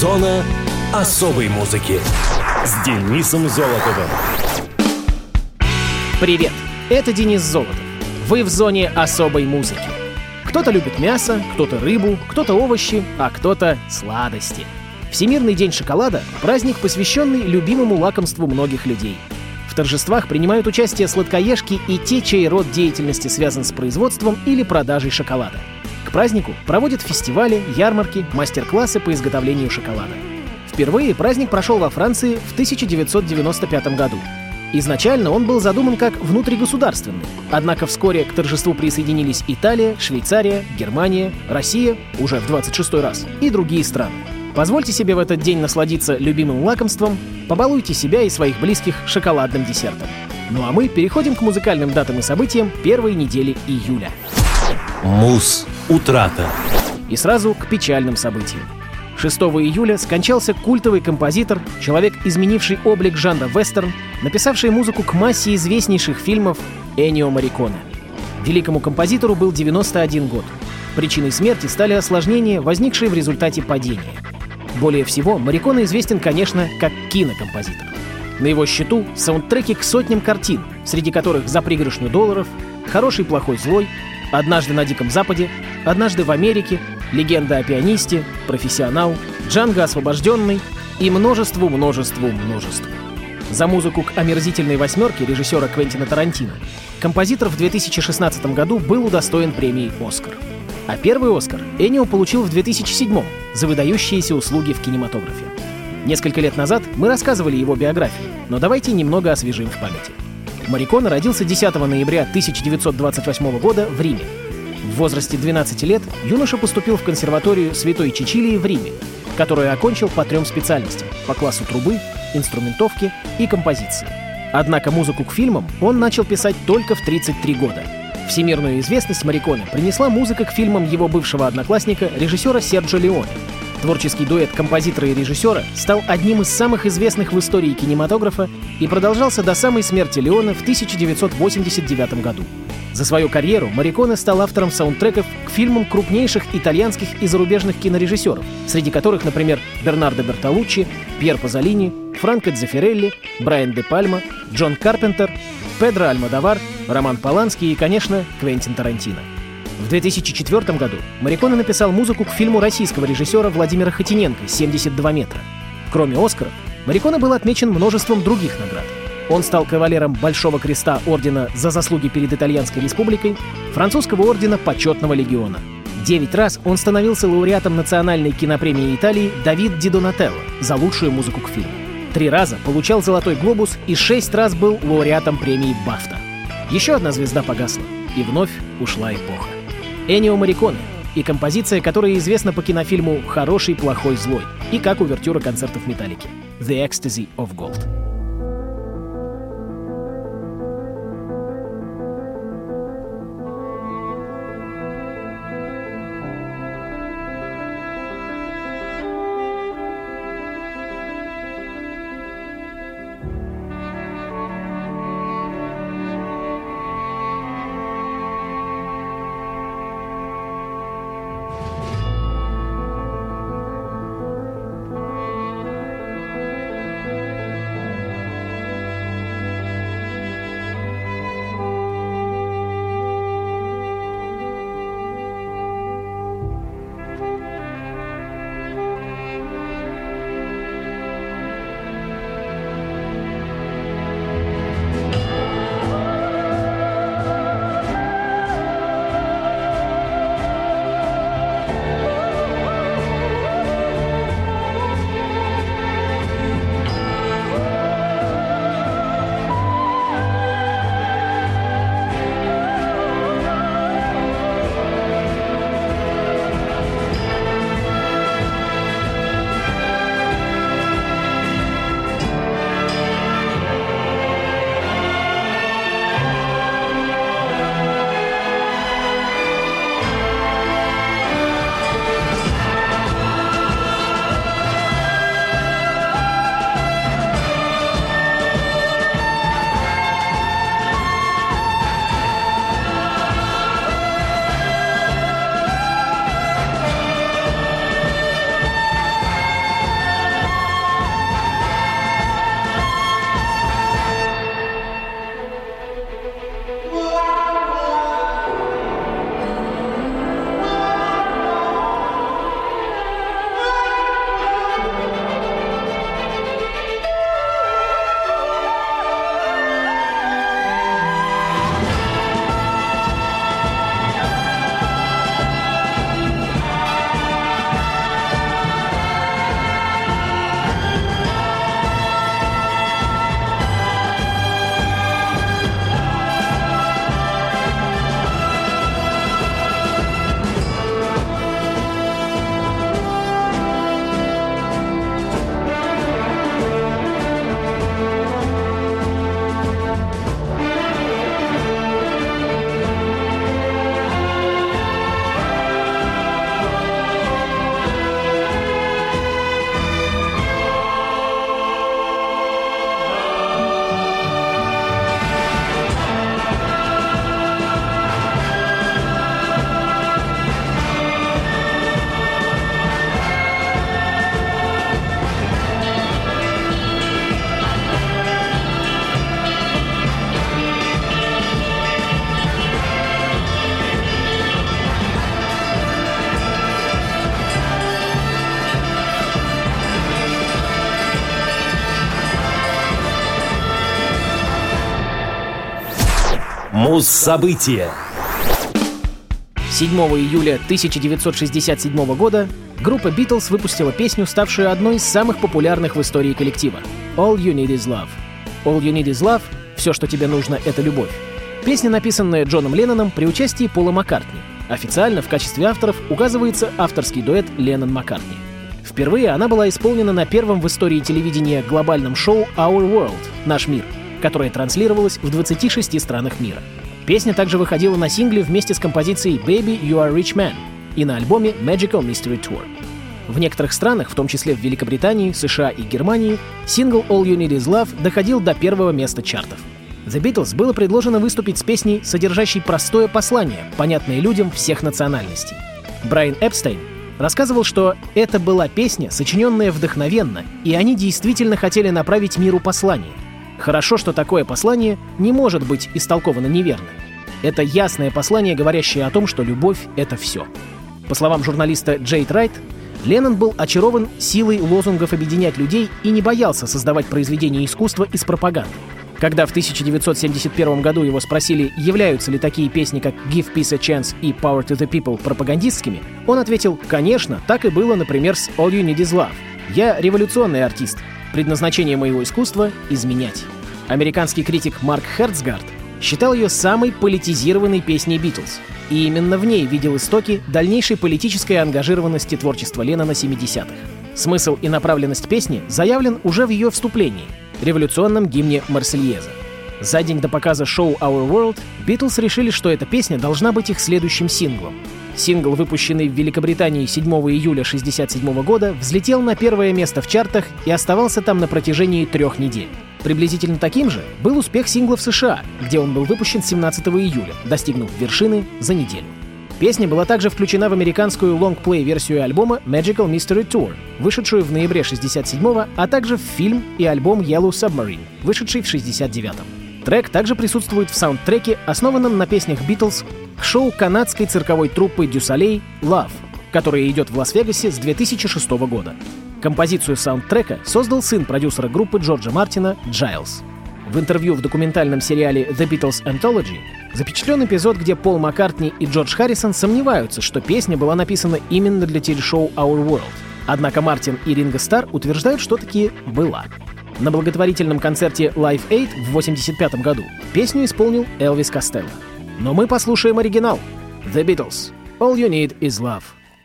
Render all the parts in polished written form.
Зона особой музыки с Денисом Золотовым. Привет, это Денис Золотов. Вы в зоне особой музыки. Кто-то любит мясо, кто-то рыбу, кто-то овощи, а кто-то сладости. Всемирный день шоколада — праздник, посвященный любимому лакомству многих людей. В торжествах принимают участие сладкоежки и те, чей род деятельности связан с производством или продажей шоколада. К празднику проводят фестивали, ярмарки, мастер-классы по изготовлению шоколада. Впервые праздник прошел во Франции в 1995 году. Изначально он был задуман как внутригосударственный, однако вскоре к торжеству присоединились Италия, Швейцария, Германия, Россия, уже в 26-й раз, и другие страны. Позвольте себе в этот день насладиться любимым лакомством, побалуйте себя и своих близких шоколадным десертом. Ну а мы переходим к музыкальным датам и событиям первой недели июля. Муз. Утрата. И сразу к печальным событиям. 6 июля скончался культовый композитор, человек, изменивший облик жанра вестерн, написавший музыку к массе известнейших фильмов Эннио Морриконе. Великому композитору был 91 год. Причиной смерти стали осложнения, возникшие в результате падения. Более всего, Морриконе известен, конечно, как кинокомпозитор. На его счету саундтреки к сотням картин, среди которых «За пригоршню долларов», «Хороший, плохой, злой», «Однажды на Диком Западе», «Однажды в Америке», «Легенда о пианисте», «Профессионал», «Джанго освобожденный» и множеству. За музыку к «Омерзительной восьмерке» режиссера Квентина Тарантино композитор в 2016 году был удостоен премии «Оскар». А первый «Оскар» Эннио получил в 2007 за выдающиеся услуги в кинематографе. Несколько лет назад мы рассказывали его биографию, но давайте немного освежим в памяти. Морриконе родился 10 ноября 1928 года в Риме. В возрасте 12 лет юноша поступил в консерваторию Святой Чичилии в Риме, которую окончил по 3 специальностям — по классу трубы, инструментовки и композиции. Однако музыку к фильмам он начал писать только в 33 года. Всемирную известность Морриконе принесла музыка к фильмам его бывшего одноклассника, режиссера Серджио Леоне. Творческий дуэт композитора и режиссера стал одним из самых известных в истории кинематографа и продолжался до самой смерти Леоне в 1989 году. За свою карьеру Морриконе стал автором саундтреков к фильмам крупнейших итальянских и зарубежных кинорежиссеров, среди которых, например, Бернардо Бертолуччи, Пьер Пазолини, Франко Дзеффирелли, Брайан де Пальма, Джон Карпентер, Педро Альмодовар, Роман Полански и, конечно, Квентин Тарантино. В 2004 году Морриконе написал музыку к фильму российского режиссера Владимира Хотиненко «72 метра». Кроме «Оскаров», Морриконе был отмечен множеством других наград. Он стал кавалером Большого креста ордена «За заслуги перед Итальянской республикой», французского ордена Почетного легиона. 9 раз он становился лауреатом национальной кинопремии Италии «Давид Ди Донателло» за лучшую музыку к фильму. 3 раза получал «Золотой глобус» и 6 раз был лауреатом премии «Бафта». Еще одна звезда погасла, и вновь ушла эпоха. Эннио Морриконе и композиция, которая известна по кинофильму «Хороший, плохой, злой» и как увертюра концертов Металлики «The Ecstasy of Gold». Муз-события. 7 июля 1967 года группа Beatles выпустила песню, ставшую одной из самых популярных в истории коллектива — «All You Need Is Love». «All You Need Is Love» — «Все, что тебе нужно, это любовь». Песня, написанная Джоном Ленноном при участии Пола Маккартни. Официально в качестве авторов указывается авторский дуэт Леннон-Маккартни. Впервые она была исполнена на первом в истории телевидения глобальном шоу «Our World» — «Наш мир», которое транслировалось в 26 странах мира. Песня также выходила на сингле вместе с композицией «Baby, You Are Rich Man» и на альбоме Magical Mystery Tour. В некоторых странах, в том числе в Великобритании, США и Германии, сингл «All You Need Is Love» доходил до первого места чартов. The Beatles было предложено выступить с песней, содержащей простое послание, понятное людям всех национальностей. Брайан Эпстейн рассказывал, что это была песня, сочиненная вдохновенно, и они действительно хотели направить миру послание. Хорошо, что такое послание не может быть истолковано неверно. Это ясное послание, говорящее о том, что любовь — это все. По словам журналиста Джейд Райт, Леннон был очарован силой лозунгов объединять людей и не боялся создавать произведения искусства из пропаганды. Когда в 1971 году его спросили, являются ли такие песни, как «Give Peace a Chance» и «Power to the People» пропагандистскими, он ответил: «Конечно, так и было, например, с «All You Need Is Love». Я революционный артист. Предназначение моего искусства — изменять». Американский критик Марк Херцгард считал ее самой политизированной песней Beatles, и именно в ней видел истоки дальнейшей политической ангажированности творчества Леннона 70-х. Смысл и направленность песни заявлен уже в ее вступлении — революционном гимне «Марсельеза». За день до показа шоу «Our World» Beatles решили, что эта песня должна быть их следующим синглом. Сингл, выпущенный в Великобритании 7 июля 1967 года, взлетел на первое место в чартах и оставался там на протяжении 3 недель. Приблизительно таким же был успех сингла в США, где он был выпущен 17 июля, достигнув вершины за неделю. Песня была также включена в американскую лонгплей-версию альбома Magical Mystery Tour, вышедшую в ноябре 1967-го, а также в фильм и альбом Yellow Submarine, вышедший в 1969-м. Трек также присутствует в саундтреке, основанном на песнях Beatles, к шоу канадской цирковой труппы Дю Солей «Love», которое идет в Лас-Вегасе с 2006 года. Композицию саундтрека создал сын продюсера группы Джорджа Мартина Джайлз. В интервью в документальном сериале The Beatles Anthology запечатлен эпизод, где Пол Маккартни и Джордж Харрисон сомневаются, что песня была написана именно для телешоу Our World. Однако Мартин и Ринго Старр утверждают, что таки была. На благотворительном концерте Live Aid в 1985 году песню исполнил Элвис Костелло. Но мы послушаем оригинал. The Beatles. All You Need Is Love.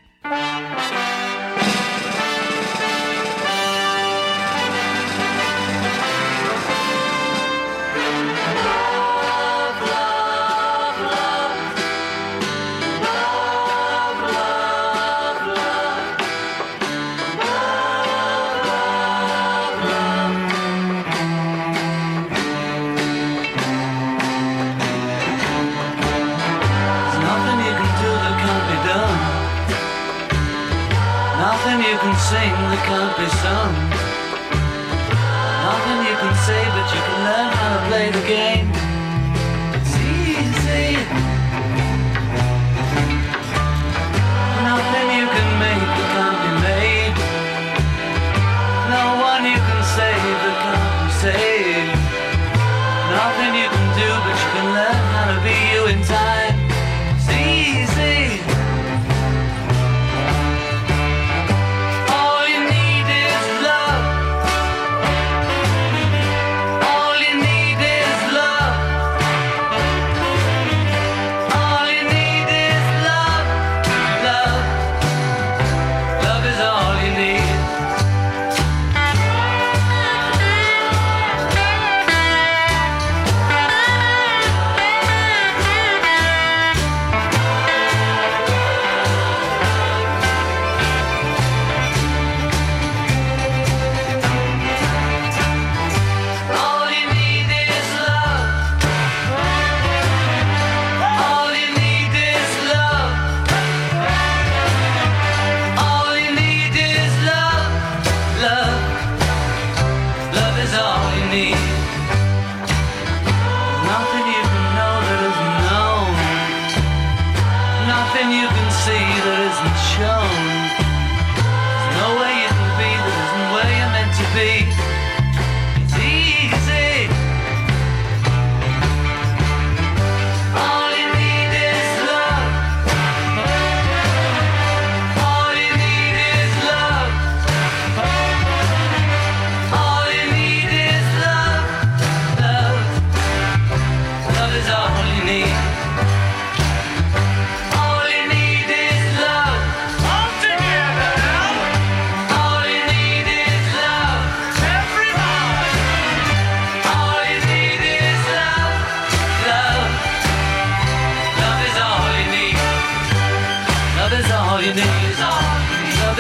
Nothing you can sing that can't be sung. Nothing you can say, but you can learn how to play the game. It's easy. Nothing you can make that can't be made. No one you can save that can't be saved. Nothing you can do, but you can learn how to be you in time. It's easy. Love.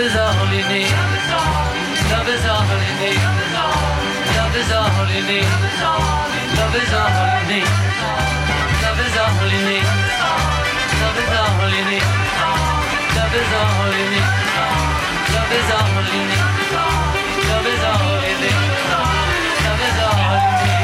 is all you need. Love is all you need. Love is all you need. Love is all you need. Love is all you need. Love is all you need. Love is all you need. Love is all you need. Love is all you need. Love is all you need.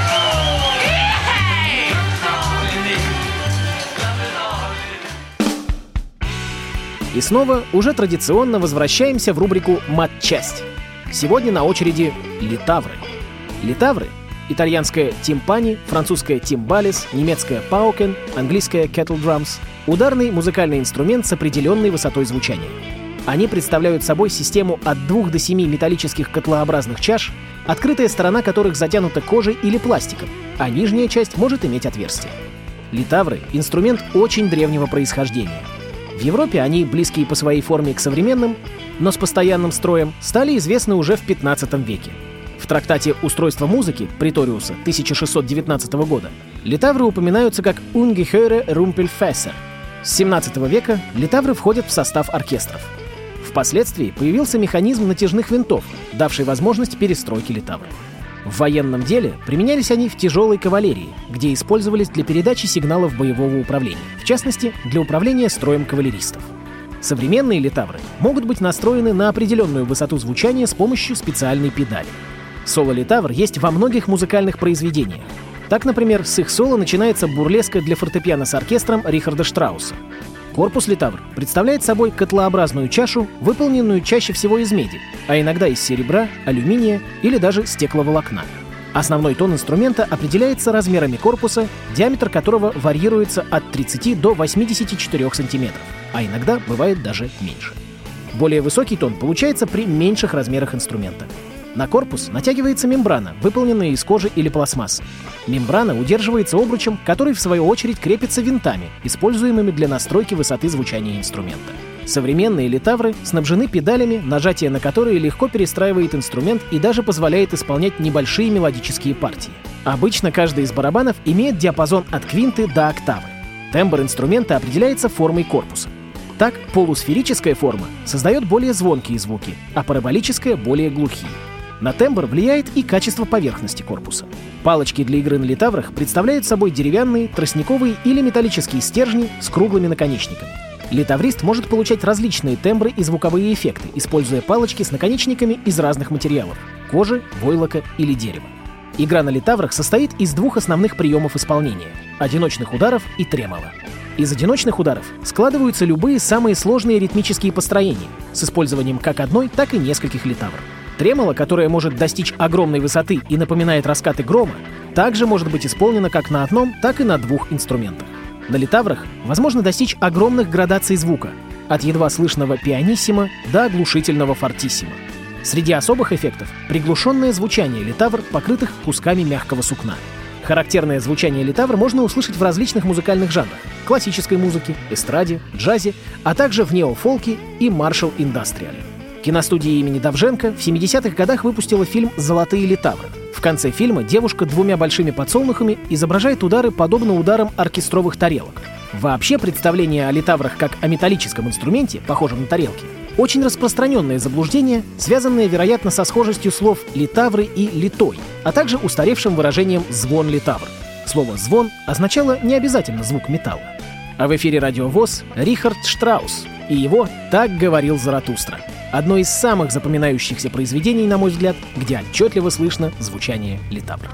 И снова уже традиционно возвращаемся в рубрику «Матчасть». Сегодня на очереди литавры. Литавры — итальянское тимпани, французское тимбалис, немецкое паукен, английское kettle drums — ударный музыкальный инструмент с определенной высотой звучания. Они представляют собой систему от 2 до 7 металлических котлообразных чаш, открытая сторона которых затянута кожей или пластиком, а нижняя часть может иметь отверстие. Литавры — инструмент очень древнего происхождения. В Европе они, близкие по своей форме к современным, но с постоянным строем, стали известны уже в 15 веке. В трактате «Устройство музыки» Преториуса 1619 года литавры упоминаются как «ungehöre Rumpelfässer». С 17 века литавры входят в состав оркестров. Впоследствии появился механизм натяжных винтов, давший возможность перестройки литавр. В военном деле применялись они в тяжелой кавалерии, где использовались для передачи сигналов боевого управления, в частности, для управления строем кавалеристов. Современные литавры могут быть настроены на определенную высоту звучания с помощью специальной педали. Соло-литавр есть во многих музыкальных произведениях. Так, например, с их соло начинается бурлеска для фортепиано с оркестром Рихарда Штрауса. Корпус литавр представляет собой котлообразную чашу, выполненную чаще всего из меди, а иногда из серебра, алюминия или даже стекловолокна. Основной тон инструмента определяется размерами корпуса, диаметр которого варьируется от 30 до 84 сантиметров, а иногда бывает даже меньше. Более высокий тон получается при меньших размерах инструмента. На корпус натягивается мембрана, выполненная из кожи или пластмассы. Мембрана удерживается обручем, который в свою очередь крепится винтами, используемыми для настройки высоты звучания инструмента. Современные литавры снабжены педалями, нажатие на которые легко перестраивает инструмент и даже позволяет исполнять небольшие мелодические партии. Обычно каждый из барабанов имеет диапазон от квинты до октавы. Тембр инструмента определяется формой корпуса. Так, полусферическая форма создает более звонкие звуки, а параболическая — более глухие. На тембр влияет и качество поверхности корпуса. Палочки для игры на литаврах представляют собой деревянные, тростниковые или металлические стержни с круглыми наконечниками. Литаврист может получать различные тембры и звуковые эффекты, используя палочки с наконечниками из разных материалов — кожи, войлока или дерева. Игра на литаврах состоит из 2 основных приемов исполнения — одиночных ударов и тремоло. Из одиночных ударов складываются любые самые сложные ритмические построения с использованием как одной, так и нескольких литавр. Тремоло, которое может достичь огромной высоты и напоминает раскаты грома, также может быть исполнено как на одном, так и на 2 инструментах. На литаврах возможно достичь огромных градаций звука, от едва слышного пианиссимо до оглушительного фортиссимо. Среди особых эффектов — приглушенное звучание литавр, покрытых кусками мягкого сукна. Характерное звучание литавр можно услышать в различных музыкальных жанрах — классической музыке, эстраде, джазе, а также в неофолке и маршал-индастриале. Киностудия имени Довженко в 70-х годах выпустила фильм «Золотые литавры». В конце фильма девушка 2 большими подсолнухами изображает удары, подобно ударам оркестровых тарелок. Вообще представление о литаврах как о металлическом инструменте, похожем на тарелки, очень распространенное заблуждение, связанное, вероятно, со схожестью слов «литавры» и «литой», а также устаревшим выражением «звон литавр». Слово «звон» означало не обязательно звук металла. А в эфире Радио ВОС Рихард Штраус и его «Так говорил Заратустра». Одно из самых запоминающихся произведений, на мой взгляд, где отчетливо слышно звучание литавр.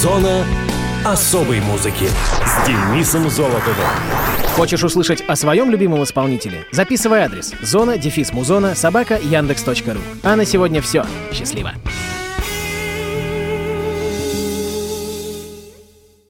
Зона особой музыки с Денисом Золотовым. Хочешь услышать о своем любимом исполнителе? Записывай адрес: zona-muzona@yandex.ru. А на сегодня все. Счастливо.